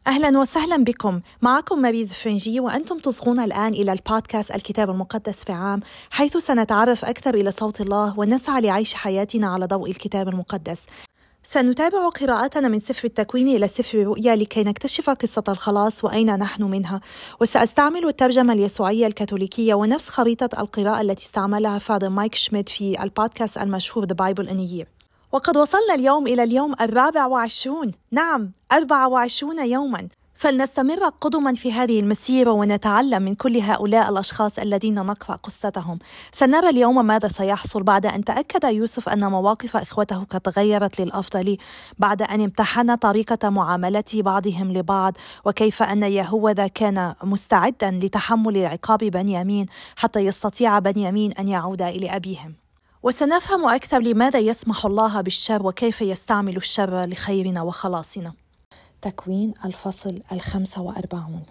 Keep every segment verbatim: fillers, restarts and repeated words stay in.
أهلا وسهلا بكم. معكم مبيز فرنجي وأنتم تصغون الآن إلى البودكاست الكتاب المقدس في عام، حيث سنتعرف أكثر إلى صوت الله ونسعى لعيش حياتنا على ضوء الكتاب المقدس. سنتابع قراءاتنا من سفر التكوين إلى سفر الرؤيا لكي نكتشف قصة الخلاص وأين نحن منها، وسأستعمل الترجمة اليسوعية الكاثوليكية ونفس خريطة القراءة التي استعملها فادر مايك شميد في البودكاست المشهور The Bible in a Year. وقد وصلنا اليوم إلى اليوم الرابع وعشرون، نعم أربع وعشرون يوما. فلنستمر قدما في هذه المسيرة ونتعلم من كل هؤلاء الأشخاص الذين نقرأ قصتهم. سنرى اليوم ماذا سيحصل بعد أن تأكد يوسف أن مواقف إخوته قد تغيرت للأفضل بعد أن امتحن طريقة معاملة بعضهم لبعض، وكيف أن يهوذا كان مستعدا لتحمل عقاب بنيامين حتى يستطيع بنيامين أن يعود إلى أبيهم. وسنفهم أكثر لماذا يسمح الله بالشر وكيف يستعمل الشر لخيرنا وخلاصنا. تكوين الفصل الخمسة وأربعون.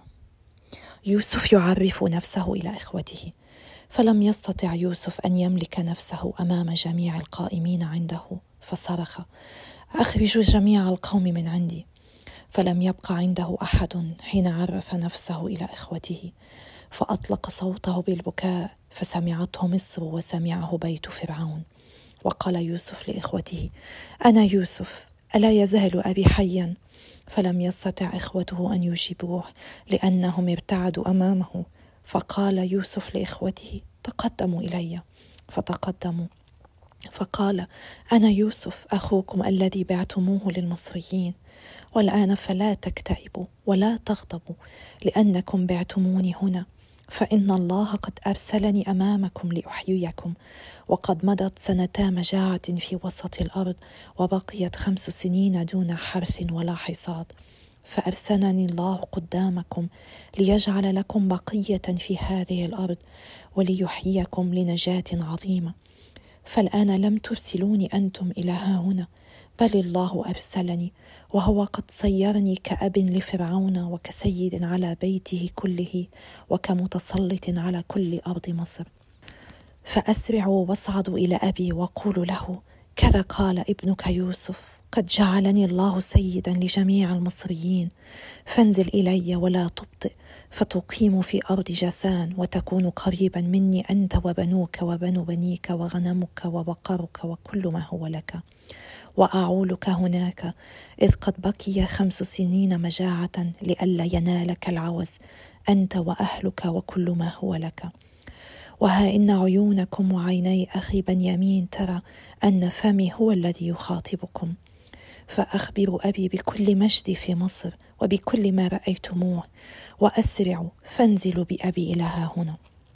يوسف يعرف نفسه إلى إخوته، فلم يستطع يوسف أن يملك نفسه أمام جميع القائمين عنده، فصرخ: أخرجوا جميع القوم من عندي. فلم يبق عنده أحد حين عرف نفسه إلى إخوته، فأطلق صوته بالبكاء، فسمعته مصر وسمعه بيت فرعون. وقال يوسف لإخوته: أنا يوسف، ألا يزال أبي حيا؟ فلم يستطع إخوته أن يجيبوه لأنهم ابتعدوا أمامه. فقال يوسف لإخوته: تقدموا إلي. فتقدموا. فقال: أنا يوسف أخوكم الذي بعتموه للمصريين، والآن فلا تكتئبوا ولا تغضبوا لأنكم بعتموني هنا، فإن الله قد أرسلني أمامكم لأحييكم. وقد مضت سنتا مجاعة في وسط الأرض، وبقيت خمس سنين دون حرث ولا حصاد، فأرسلني الله قدامكم ليجعل لكم بقية في هذه الأرض وليحييكم لنجاة عظيمة. فالآن لم ترسلوني أنتم إلى هنا، بل الله أرسلني، وهو قد صيرني كأب لفرعون وكسيد على بيته كله وكمتسلط على كل أرض مصر. فأسرعوا واصعدوا إلى أبي وقولوا له: كذا قال ابنك يوسف، قد جعلني الله سيدا لجميع المصريين، فانزل إلي ولا تبطئ، فتقيم في أرض جسان، وتكون قريبا مني أنت وبنوك وبنو بنيك وغنمك وبقرك وكل ما هو لك، وأعولك هناك، إذ قد بقي خمس سنين مجاعة لئلا ينالك العوز أنت وأهلك وكل ما هو لك. وها إن عيونكم وعيني أخي بنيامين ترى أن فمي هو الذي يخاطبكم. فأخبروا أبي بكل مجدي في مصر وبكل ما رأيتموه، وأسرعوا فانزلوا بأبي إلى ها هنا.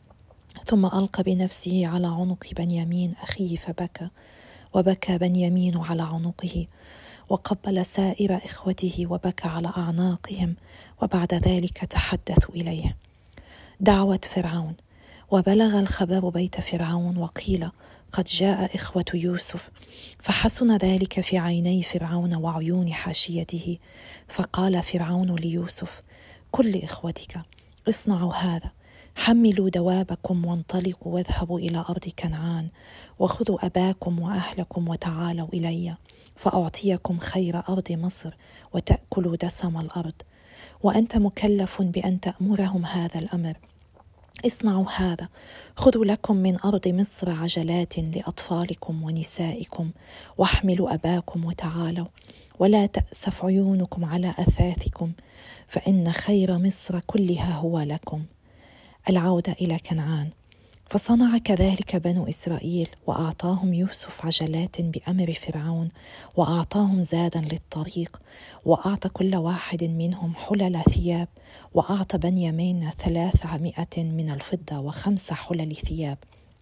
ثم ألقى بنفسه على عنق بنيامين أخيه فبكى، وبكى بنيامين على عنقه، وقبل سائر إخوته وبكى على أعناقهم، وبعد ذلك تحدثوا إليه. دعوة فرعون. وبلغ الخبر بيت فرعون، وقيل: قد جاء إخوة يوسف. فحسن ذلك في عيني فرعون وعيون حاشيته. فقال فرعون ليوسف: قل لإخوتك: اصنعوا هذا، حملوا دوابكم وانطلقوا واذهبوا إلى أرض كنعان، وخذوا أباكم وأهلكم وتعالوا إلي، فأعطيكم خير أرض مصر وتأكلوا دسم الأرض. وأنت مكلف بأن تأمرهم هذا الأمر. اصنعوا هذا، خذوا لكم من أرض مصر عجلات لأطفالكم ونسائكم، واحملوا أباكم وتعالوا، ولا تأسف عيونكم على أثاثكم، فإن خير مصر كلها هو لكم. العودة إلى كنعان. فصنع كذلك بنو إسرائيل، وأعطاهم يوسف عجلات بأمر فرعون، وأعطاهم زادا للطريق، وأعطى كل واحد منهم حلل ثياب، وأعطى بنيامين ثلاثمائة من الفضة وخمس حلل ثياب.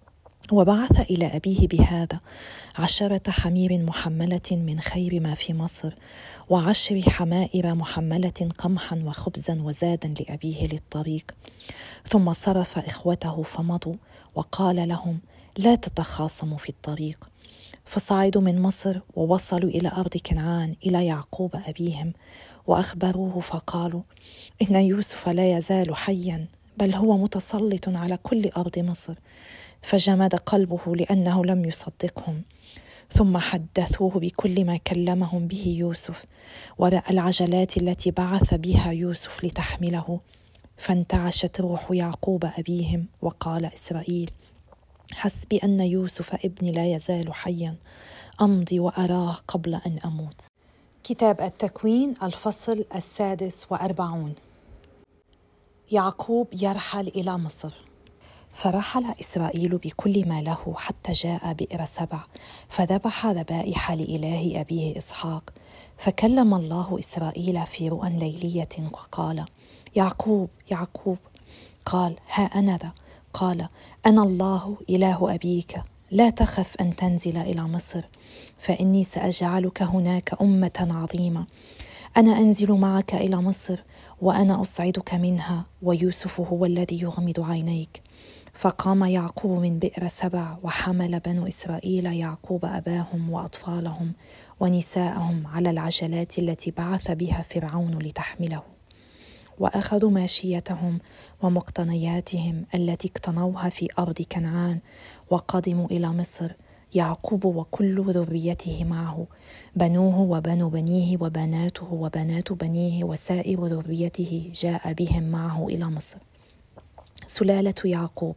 وبعث إلى أبيه بهذا عشرة حمير محملة من خير ما في مصر، وعشر حمائر محملة قمحا وخبزا وزادا لأبيه للطريق. ثم صرف إخوته فمضوا، وقال لهم: لا تتخاصموا في الطريق. فصعدوا من مصر ووصلوا إلى أرض كنعان إلى يعقوب أبيهم، وأخبروه فقالوا: إن يوسف لا يزال حيا، بل هو متسلط على كل أرض مصر. فجمد قلبه لأنه لم يصدقهم. ثم حدثوه بكل ما كلمهم به يوسف ورأى العجلات التي بعث بها يوسف لتحمله، فانتعشت روح يعقوب أبيهم وقال إسرائيل: حسبي أن يوسف ابني لا يزال حيا، أمضي وأراه قبل أن أموت. كتاب التكوين الفصل السادس وأربعون. يعقوب يرحل إلى مصر. فرحل إسرائيل بكل ما له حتى جاء بئر سبع، فذبح ذبائح لإله أبيه إسحاق. فكلم الله إسرائيل في رؤى ليلية وقال: يعقوب يعقوب. قال: ها أنا ذا. قال: أنا الله إله أبيك، لا تخف أن تنزل إلى مصر، فإني سأجعلك هناك أمة عظيمة. أنا أنزل معك إلى مصر وأنا أصعدك منها، ويوسف هو الذي يغمض عينيك. فقام يعقوب من بئر سبع، وحمل بنو إسرائيل يعقوب أباهم وأطفالهم ونساءهم على العجلات التي بعث بها فرعون لتحمله، وأخذوا ماشيتهم ومقتنياتهم التي اقتنوها في أرض كنعان، وقدموا إلى مصر، يعقوب وكل ذريته معه، بنوه وبنو بنيه وبناته وبنات بنيه وسائر ذريته جاء بهم معه إلى مصر. سلالة يعقوب.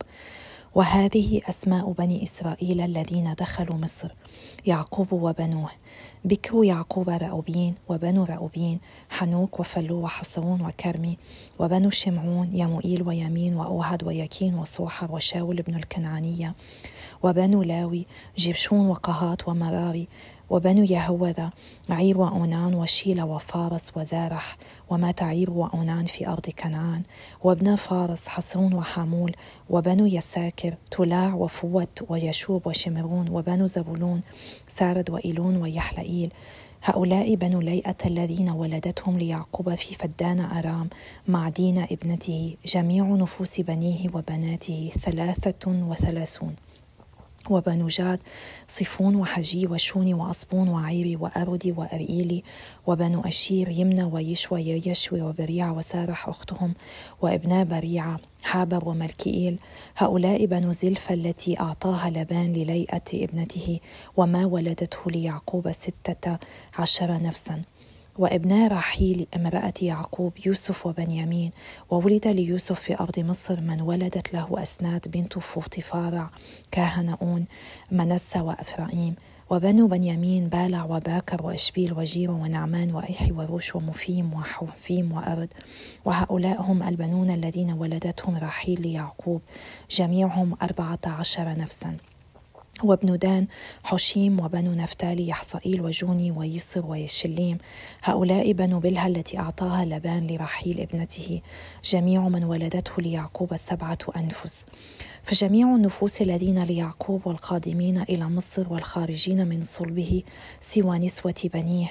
وهذه أسماء بني إسرائيل الذين دخلوا مصر: يعقوب وبنوه: بكر يعقوب رأوبين، وبنو رأوبين حنوك وفلو وحصرون وكرمي، وبنو شمعون يموئيل ويمين وأوهد ويكين وصوحر وشاول بن الكنعانية، وبنو لاوي جيبشون وقهات ومراري، وبنو يهوذا عير وأونان وشيل وفارس وزارح، ومات عير وأونان في أرض كنعان، وابن فارس حصرون وحامول، وبنو يساكر تولاع وفوت ويشوب وشمرون، وبنو زبولون سارد وإيلون ويحلئيل. هؤلاء بنو ليئة الذين ولدتهم ليعقوب في فدان أرام مع دينا ابنته، جميع نفوس بنيه وبناته ثلاثة وثلاثون. وبنو جاد صفون وحجي وشوني وأصبون وعيري وأردي وأرئيلي، وبنو أشير يمنى ويشوى يشوي وبريعة وسارح أختهم، وابنا بريعة حابر وملكيئيل. هؤلاء بنو زلفة التي أعطاها لبان لليئة ابنته، وما ولدته ليعقوب ستة عشر نفسا. وابنا راحيل امرأة يعقوب يوسف وبنيامين. وولد ليوسف في أرض مصر من ولدت له أسنات بنت فوطفارع كاهنؤون منسى وأفرايم. وبنو بنيامين بالع وباكر وأشبيل وجير ونعمان وأيحي وروش ومفيم وحوفيم وأرد. وهؤلاء هم البنون الذين ولدتهم راحيل ليعقوب، جميعهم أربعة عشر نفسا. وابن دان حشيم، وبنو نفتالي يحصائيل وجوني ويصر ويشليم. هؤلاء بنو بلها التي أعطاها لبان لرحيل ابنته، جميع من ولدته ليعقوب سبعة أنفس. فجميع النفوس الذين ليعقوب والقادمين إلى مصر والخارجين من صلبه سوى نسوة بنيه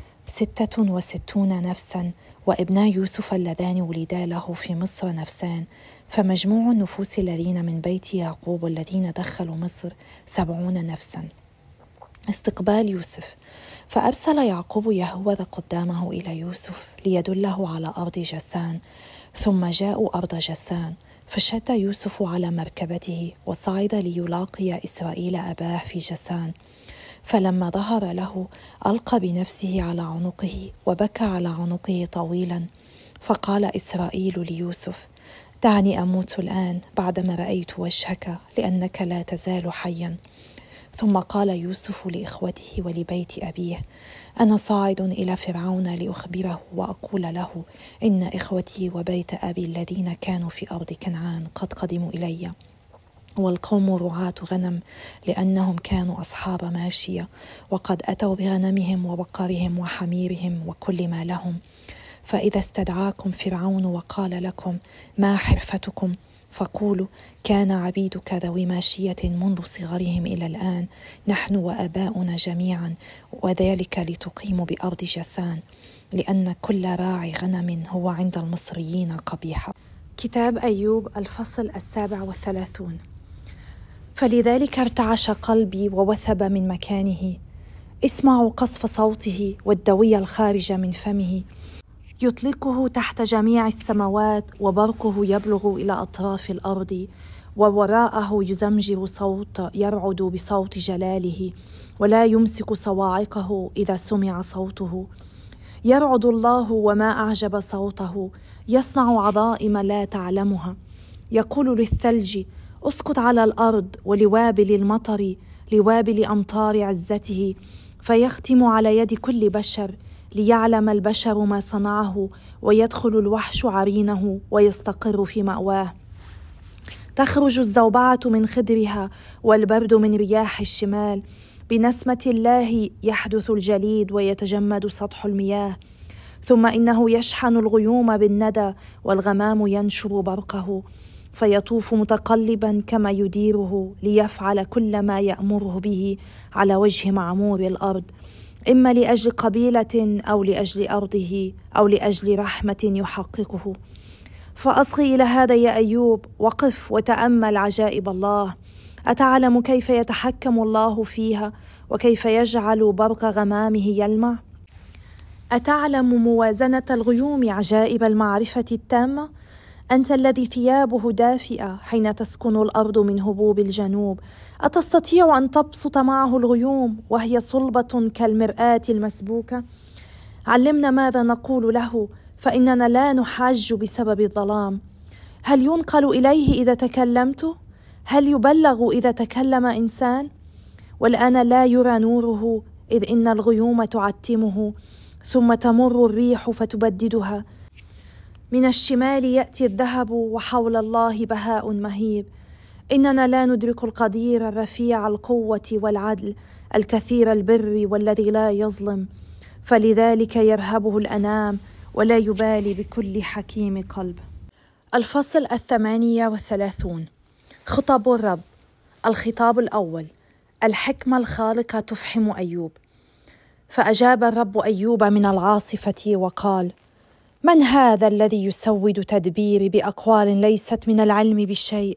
ستة وستون نفسا، وابنا يوسف اللذان ولدا له في مصر نفسان. فمجموع النفوس الذين من بيت يعقوب والذين دخلوا مصر سبعون نفسا. استقبال يوسف. فأرسل يعقوب يهوذا قدامه إلى يوسف ليدله على أرض جسان، ثم جاءوا أرض جسان، فشد يوسف على مركبته وصعد ليلاقي إسرائيل أباه في جسان. فلما ظهر له ألقى بنفسه على عنقه وبكى على عنقه طويلا. فقال إسرائيل ليوسف: دعني أموت الآن بعدما رأيت وجهك، لأنك لا تزال حيا. ثم قال يوسف لإخوته ولبيت أبيه: أنا صاعد إلى فرعون لأخبره وأقول له إن إخوتي وبيت أبي الذين كانوا في أرض كنعان قد قدموا إلي، والقوم رعاة غنم، لأنهم كانوا أصحاب ماشية، وقد أتوا بغنمهم وبقرهم وحميرهم وكل ما لهم. فإذا استدعاكم فرعون وقال لكم: ما حرفتكم؟ فقولوا: كان عبيدك ذوي ماشية منذ صغرهم إلى الآن، نحن وآباؤنا جميعا، وذلك لتقيموا بأرض جسان، لأن كل راعي غنم هو عند المصريين قبيحة. كتاب أيوب الفصل السابع والثلاثون. فلذلك ارتعش قلبي ووثب من مكانه، اسمعوا قصف صوته والدوي الخارج من فمه، يطلقه تحت جميع السماوات، وبرقه يبلغ إلى أطراف الأرض، ووراءه يزمجر صوت يرعد بصوت جلاله، ولا يمسك صواعقه إذا سمع صوته. يرعد الله وما أعجب صوته، يصنع عظائم لا تعلمها. يقول للثلج اسقط على الأرض، ولوابل المطر لوابل أمطار عزته، فيختم على يد كل بشر ليعلم البشر ما صنعه، ويدخل الوحش عرينه ويستقر في مأواه. تخرج الزوبعة من خدرها والبرد من رياح الشمال، بنسمة الله يحدث الجليد ويتجمد سطح المياه. ثم إنه يشحن الغيوم بالندى، والغمام ينشر برقه، فيطوف متقلبا كما يديره ليفعل كل ما يأمره به على وجه معمور الأرض، إما لأجل قبيلة أو لأجل أرضه أو لأجل رحمة يحققه. فأصغي إلى هذا يا أيوب، وقف وتأمل عجائب الله. أتعلم كيف يتحكم الله فيها، وكيف يجعل برق غمامه يلمع؟ أتعلم موازنة الغيوم عجائب المعرفة التامة؟ أنت الذي ثيابه دافئة حين تسكن الأرض من هبوب الجنوب، أتستطيع أن تبسط معه الغيوم وهي صلبة كالمرآة المسبوكة؟ علمنا ماذا نقول له، فإننا لا نحاج بسبب الظلام. هل ينقل إليه إذا تكلمت؟ هل يبلغ إذا تكلم إنسان؟ والآن لا يرى نوره، إذ إن الغيوم تعتمه، ثم تمر الريح فتبددها. من الشمال يأتي الذهب، وحول الله بهاء مهيب. إننا لا ندرك القدير الرفيع القوة والعدل، الكثير البر والذي لا يظلم، فلذلك يرهبه الأنام ولا يبالي بكل حكيم قلب. الفصل الثمانية والثلاثون. خطب الرب. الخطاب الأول. الحكمة الخالقة تفحم أيوب. فأجاب الرب أيوب من العاصفة وقال: من هذا الذي يسود تدبيري بأقوال ليست من العلم بالشيء؟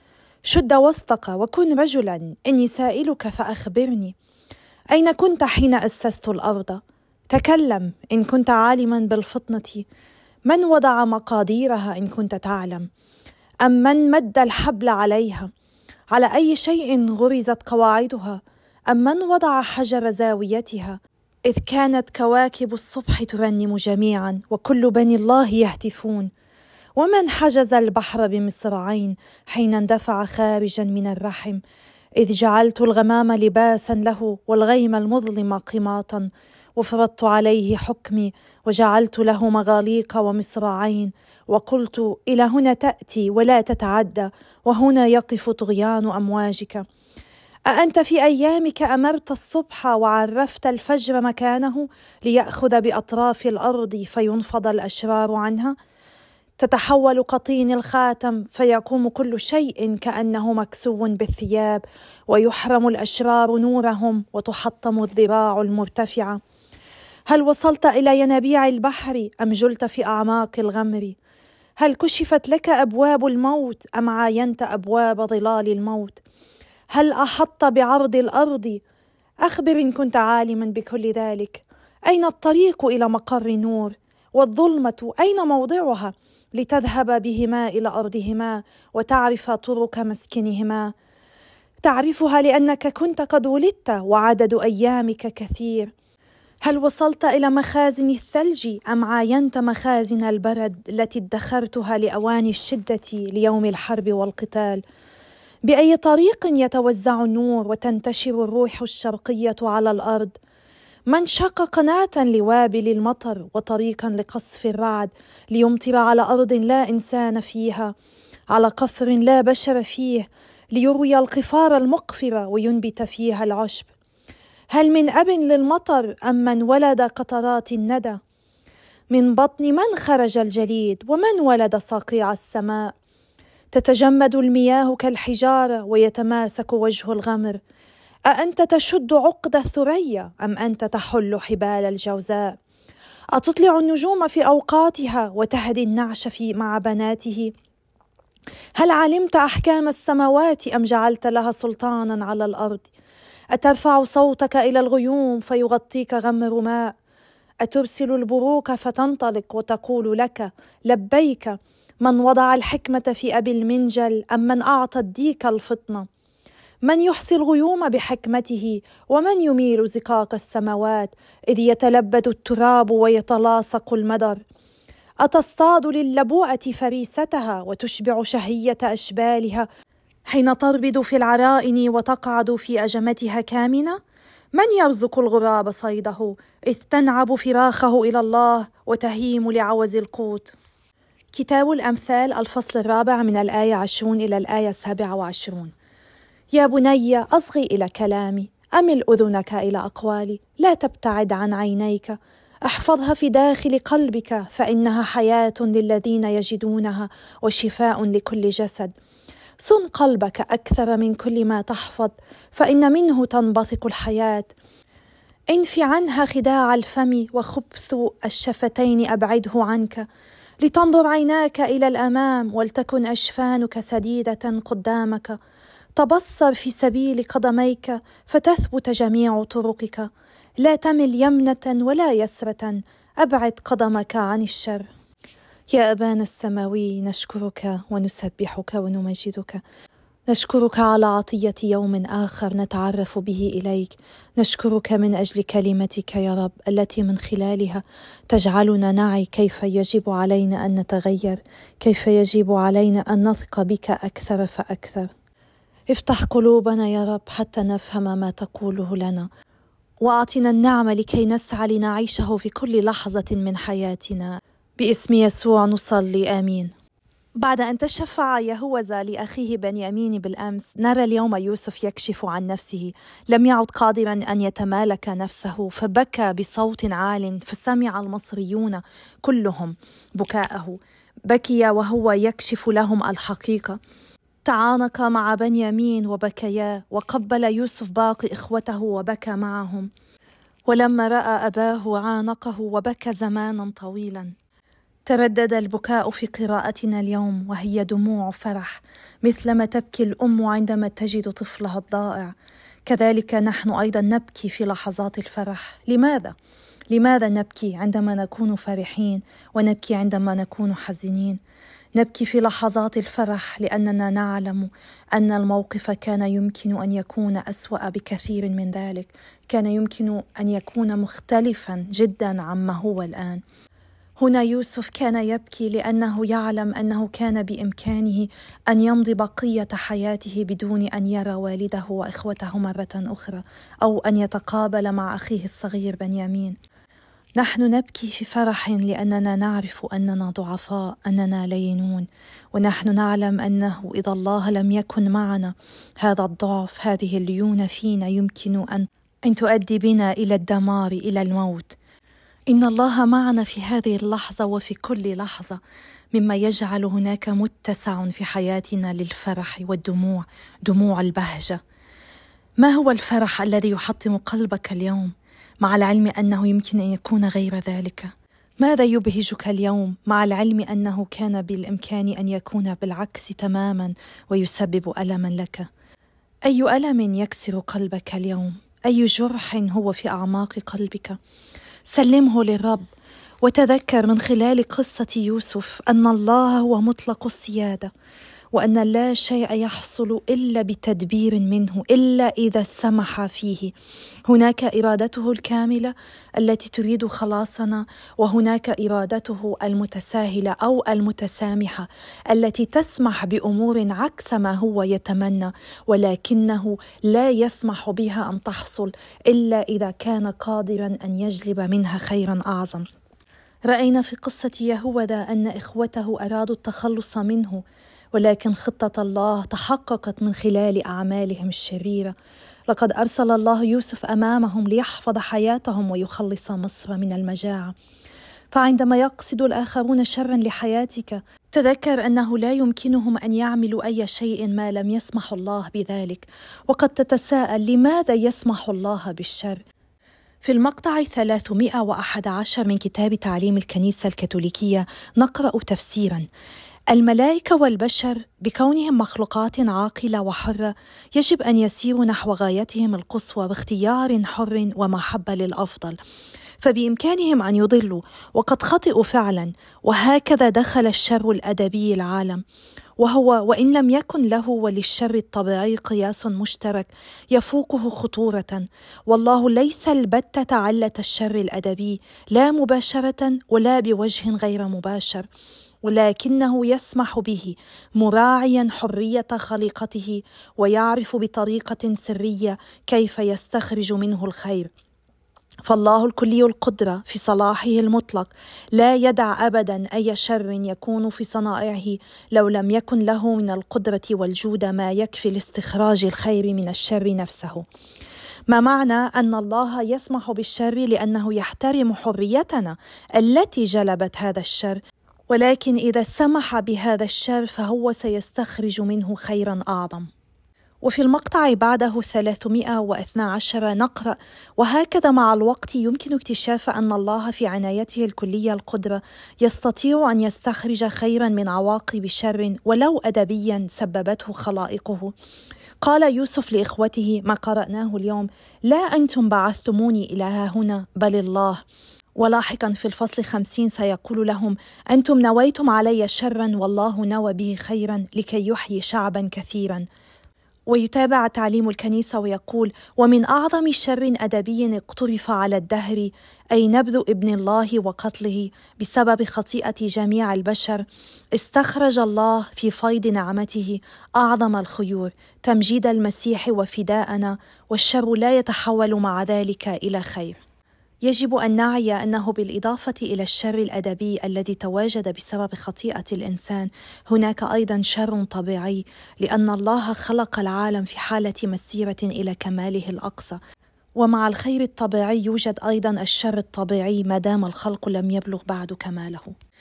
شد وسطك وكن رجلا، إني سائلك فأخبرني. أين كنت حين أسست الأرض؟ تكلم إن كنت عالما بالفطنة. من وضع مقاديرها إن كنت تعلم؟ أم من مد الحبل عليها؟ على أي شيء غرزت قواعدها؟ أم من وضع حجر زاويتها؟ إذ كانت كواكب الصبح ترنم جميعا، وكل بني الله يهتفون. ومن حجز البحر بمصراعين حين اندفع خارجا من الرحم؟ إذ جعلت الغمام لباسا له، والغيم المظلم قماطا، وفرضت عليه حكمي، وجعلت له مغاليق ومصراعين، وقلت: إلى هنا تأتي ولا تتعدى، وهنا يقف طغيان أمواجك. أأنت في أيامك أمرت الصبح وعرفت الفجر مكانه، ليأخذ بأطراف الأرض فينفض الأشرار عنها؟ تتحول قطين الخاتم فيقوم كل شيء كأنه مكسو بالثياب، ويحرم الأشرار نورهم، وتحطم الذراع المرتفعة. هل وصلت إلى ينابيع البحر أم جلت في أعماق الغمر؟ هل كشفت لك أبواب الموت أم عاينت أبواب ظلال الموت؟ هل أحط بعرض الأرض؟ أخبر إن كنت عالما بكل ذلك. أين الطريق إلى مقر نور؟ والظلمة أين موضعها، لتذهب بهما إلى أرضهما وتعرف طرق مسكنهما؟ تعرفها لأنك كنت قد ولدت، وعدد أيامك كثير. هل وصلت إلى مخازن الثلج أم عاينت مخازن البرد التي ادخرتها لأوان الشدة ليوم الحرب والقتال؟ بأي طريق يتوزع النور وتنتشر الروح الشرقية على الأرض؟ من شق قناة لوابل المطر وطريقا لقصف الرعد، ليمطر على أرض لا إنسان فيها، على قفر لا بشر فيه، ليروي القفار المقفرة وينبت فيها العشب؟ هل من أب للمطر أم من ولد قطرات الندى؟ من بطن من خرج الجليد، ومن ولد صقيع السماء؟ تتجمد المياه كالحجارة ويتماسك وجه الغمر. أأنت تشد عقد الثريا أم أنت تحل حبال الجوزاء؟ أتطلع النجوم في أوقاتها وتهدي النعش في مع بناته؟ هل علمت أحكام السماوات أم جعلت لها سلطانا على الأرض؟ أترفع صوتك إلى الغيوم فيغطيك غمر ماء؟ أترسل البروق فتنطلق وتقول لك لبيك؟ من وضع الحكمة في أبي المنجل أم من أعطى الديك الفطنة؟ من يحصي الغيوم بحكمته ومن يميل زقاق السماوات إذ يتلبد التراب ويتلاصق المدر؟ أتصطاد للبوءة فريستها وتشبع شهية أشبالها حين تربض في العرائن وتقعد في أجمتها كامنة؟ من يرزق الغراب صيده إذ تنعب فراخه إلى الله وتهيم لعوز القوت؟ كتاب الأمثال الفصل الرابع من الآية عشرون إلى الآية السابعة وعشرون. يا بني أصغي إلى كلامي، أمل أذنك إلى أقوالي، لا تبتعد عن عينيك، احفظها في داخل قلبك فإنها حياة للذين يجدونها وشفاء لكل جسد. صن قلبك أكثر من كل ما تحفظ فإن منه تنبثق الحياة. انف عنها خداع الفم وخبث الشفتين أبعده عنك، لتنظر عيناك إلى الأمام ولتكن أشفانك سديدة قدامك. تبصر في سبيل قدميك فتثبت جميع طرقك، لا تمل يمنة ولا يسرة، أبعد قدمك عن الشر. يا أبانا السماوي، نشكرك ونسبحك ونمجدك، نشكرك على عطية يوم آخر نتعرف به إليك. نشكرك من أجل كلمتك يا رب التي من خلالها تجعلنا نعي كيف يجب علينا أن نتغير، كيف يجب علينا أن نثق بك أكثر فأكثر. افتح قلوبنا يا رب حتى نفهم ما تقوله لنا، وأعطنا النعمة لكي نسعى لنعيشه في كل لحظة من حياتنا. باسم يسوع نصلي، آمين. بعد أن تشفع يهوذا لأخيه بنيامين بالأمس، نرى اليوم يوسف يكشف عن نفسه. لم يعد قادرا أن يتمالك نفسه فبكى بصوت عال، فسمع المصريون كلهم بكاءه. بكي وهو يكشف لهم الحقيقة. تعانق مع بنيامين وبكيا، وقبل يوسف باقي إخوته وبكى معهم. ولما رأى أباه عانقه وبكى زمانا طويلا. تردد البكاء في قراءتنا اليوم وهي دموع فرح، مثلما تبكي الأم عندما تجد طفلها الضائع، كذلك نحن أيضا نبكي في لحظات الفرح. لماذا؟ لماذا نبكي عندما نكون فرحين ونبكي عندما نكون حزينين؟ نبكي في لحظات الفرح لأننا نعلم أن الموقف كان يمكن أن يكون أسوأ بكثير من ذلك، كان يمكن أن يكون مختلفا جدا عما هو الآن. هنا يوسف كان يبكي لأنه يعلم أنه كان بإمكانه أن يمضي بقية حياته بدون أن يرى والده وإخوته مرة أخرى، أو أن يتقابل مع أخيه الصغير بنيامين. نحن نبكي في فرح لأننا نعرف أننا ضعفاء، أننا لينون، ونحن نعلم أنه إذا الله لم يكن معنا هذا الضعف، هذه الليونة فينا يمكن أن أن تؤدي بنا إلى الدمار، إلى الموت. إن الله معنا في هذه اللحظة وفي كل لحظة، مما يجعل هناك متسع في حياتنا للفرح والدموع، دموع البهجة. ما هو الفرح الذي يحطم قلبك اليوم مع العلم أنه يمكن أن يكون غير ذلك؟ ماذا يبهجك اليوم مع العلم أنه كان بالإمكان أن يكون بالعكس تماما ويسبب ألما لك؟ أي ألم يكسر قلبك اليوم؟ أي جرح هو في أعماق قلبك؟ سلمه للرب، وتذكر من خلال قصة يوسف أن الله هو مطلق السيادة، وأن لا شيء يحصل إلا بتدبير منه، إلا إذا سمح فيه. هناك إرادته الكاملة التي تريد خلاصنا، وهناك إرادته المتساهلة أو المتسامحة التي تسمح بأمور عكس ما هو يتمنى، ولكنه لا يسمح بها أن تحصل إلا إذا كان قادرا أن يجلب منها خيرا أعظم. رأينا في قصة يهوذا أن إخوته أرادوا التخلص منه، ولكن خطة الله تحققت من خلال أعمالهم الشريرة. لقد أرسل الله يوسف أمامهم ليحفظ حياتهم ويخلص مصر من المجاعة. فعندما يقصد الآخرون شرا لحياتك، تذكر أنه لا يمكنهم أن يعملوا أي شيء ما لم يسمح الله بذلك. وقد تتساءل لماذا يسمح الله بالشر؟ في المقطع ثلاثمائة وأحد عشر من كتاب تعليم الكنيسة الكاثوليكية نقرأ تفسيرا: الملائكة والبشر بكونهم مخلوقات عاقلة وحرة يجب أن يسيروا نحو غايتهم القصوى باختيار حر ومحبة للأفضل. فبإمكانهم أن يضلوا، وقد خطئوا فعلا. وهكذا دخل الشر الأدبي العالم، وهو وإن لم يكن له وللشر الطبيعي قياس مشترك يفوقه خطورة. والله ليس البتة علة الشر الأدبي، لا مباشرة ولا بوجه غير مباشر، ولكنه يسمح به مراعيا حرية خليقته، ويعرف بطريقة سرية كيف يستخرج منه الخير. فالله الكلي القدرة في صلاحه المطلق لا يدع أبدا أي شر يكون في صنائعه لو لم يكن له من القدرة والجودة ما يكفي لاستخراج الخير من الشر نفسه. ما معنى أن الله يسمح بالشر لأنه يحترم حريتنا التي جلبت هذا الشر، ولكن إذا سمح بهذا الشر فهو سيستخرج منه خيرا أعظم. وفي المقطع بعده ثلاثمائة واثني عشر نقرأ: وهكذا مع الوقت يمكن اكتشاف أن الله في عنايته الكلية القدرة يستطيع أن يستخرج خيرا من عواقب شر ولو أدبيا سببته خلائقه. قال يوسف لإخوته ما قرأناه اليوم: لا أنتم بعثتموني إلى ها هنا بل الله. ولاحقا في الفصل خمسين سيقول لهم: أنتم نويتم علي شرا والله نوى به خيرا لكي يحيي شعبا كثيرا. ويتابع تعليم الكنيسة ويقول: ومن أعظم شر أدبي اقترف على الدهر أي نبذ ابن الله وقتله بسبب خطيئة جميع البشر، استخرج الله في فيض نعمته أعظم الخيور تمجيد المسيح وفداءنا، والشر لا يتحول مع ذلك إلى خير. يجب أن نعي أنه بالإضافة إلى الشر الأدبي الذي تواجد بسبب خطيئة الإنسان، هناك أيضا شر طبيعي، لأن الله خلق العالم في حالة مسيرة إلى كماله الأقصى. ومع الخير الطبيعي يوجد أيضا الشر الطبيعي ما دام الخلق لم يبلغ بعد كماله.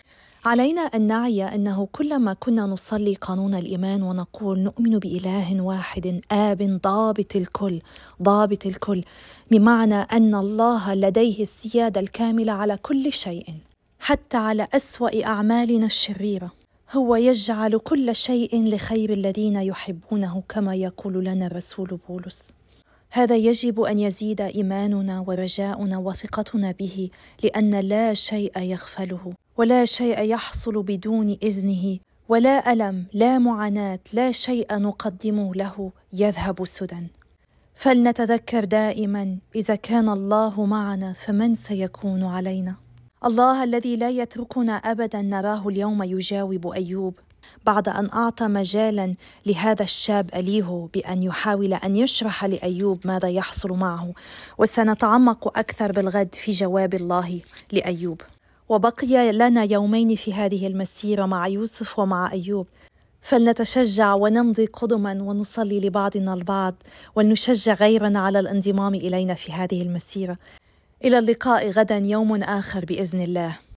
علينا أن نعي أنه كلما كنا نصلي قانون الإيمان ونقول نؤمن بإله واحد آب ضابط الكل ضابط الكل، بمعنى أن الله لديه السيادة الكاملة على كل شيء حتى على أسوأ أعمالنا الشريرة، هو يجعل كل شيء لخير الذين يحبونه كما يقول لنا الرسول بولس. هذا يجب أن يزيد إيماننا ورجاؤنا وثقتنا به، لأن لا شيء يغفله ولا شيء يحصل بدون إذنه، ولا ألم لا معاناة لا شيء نقدم له يذهب سدى. فلنتذكر دائما: إذا كان الله معنا فمن سيكون علينا؟ الله الذي لا يتركنا أبدا نراه اليوم يجاوب أيوب بعد أن أعطى مجالا لهذا الشاب أليه بأن يحاول أن يشرح لأيوب ماذا يحصل معه، وسنتعمق أكثر بالغد في جواب الله لأيوب. وبقي لنا يومين في هذه المسيرة مع يوسف ومع أيوب، فلنتشجع ونمضي قدما ونصلي لبعضنا البعض ونشجع غيرنا على الانضمام إلينا في هذه المسيرة. إلى اللقاء غدا، يوم آخر بإذن الله.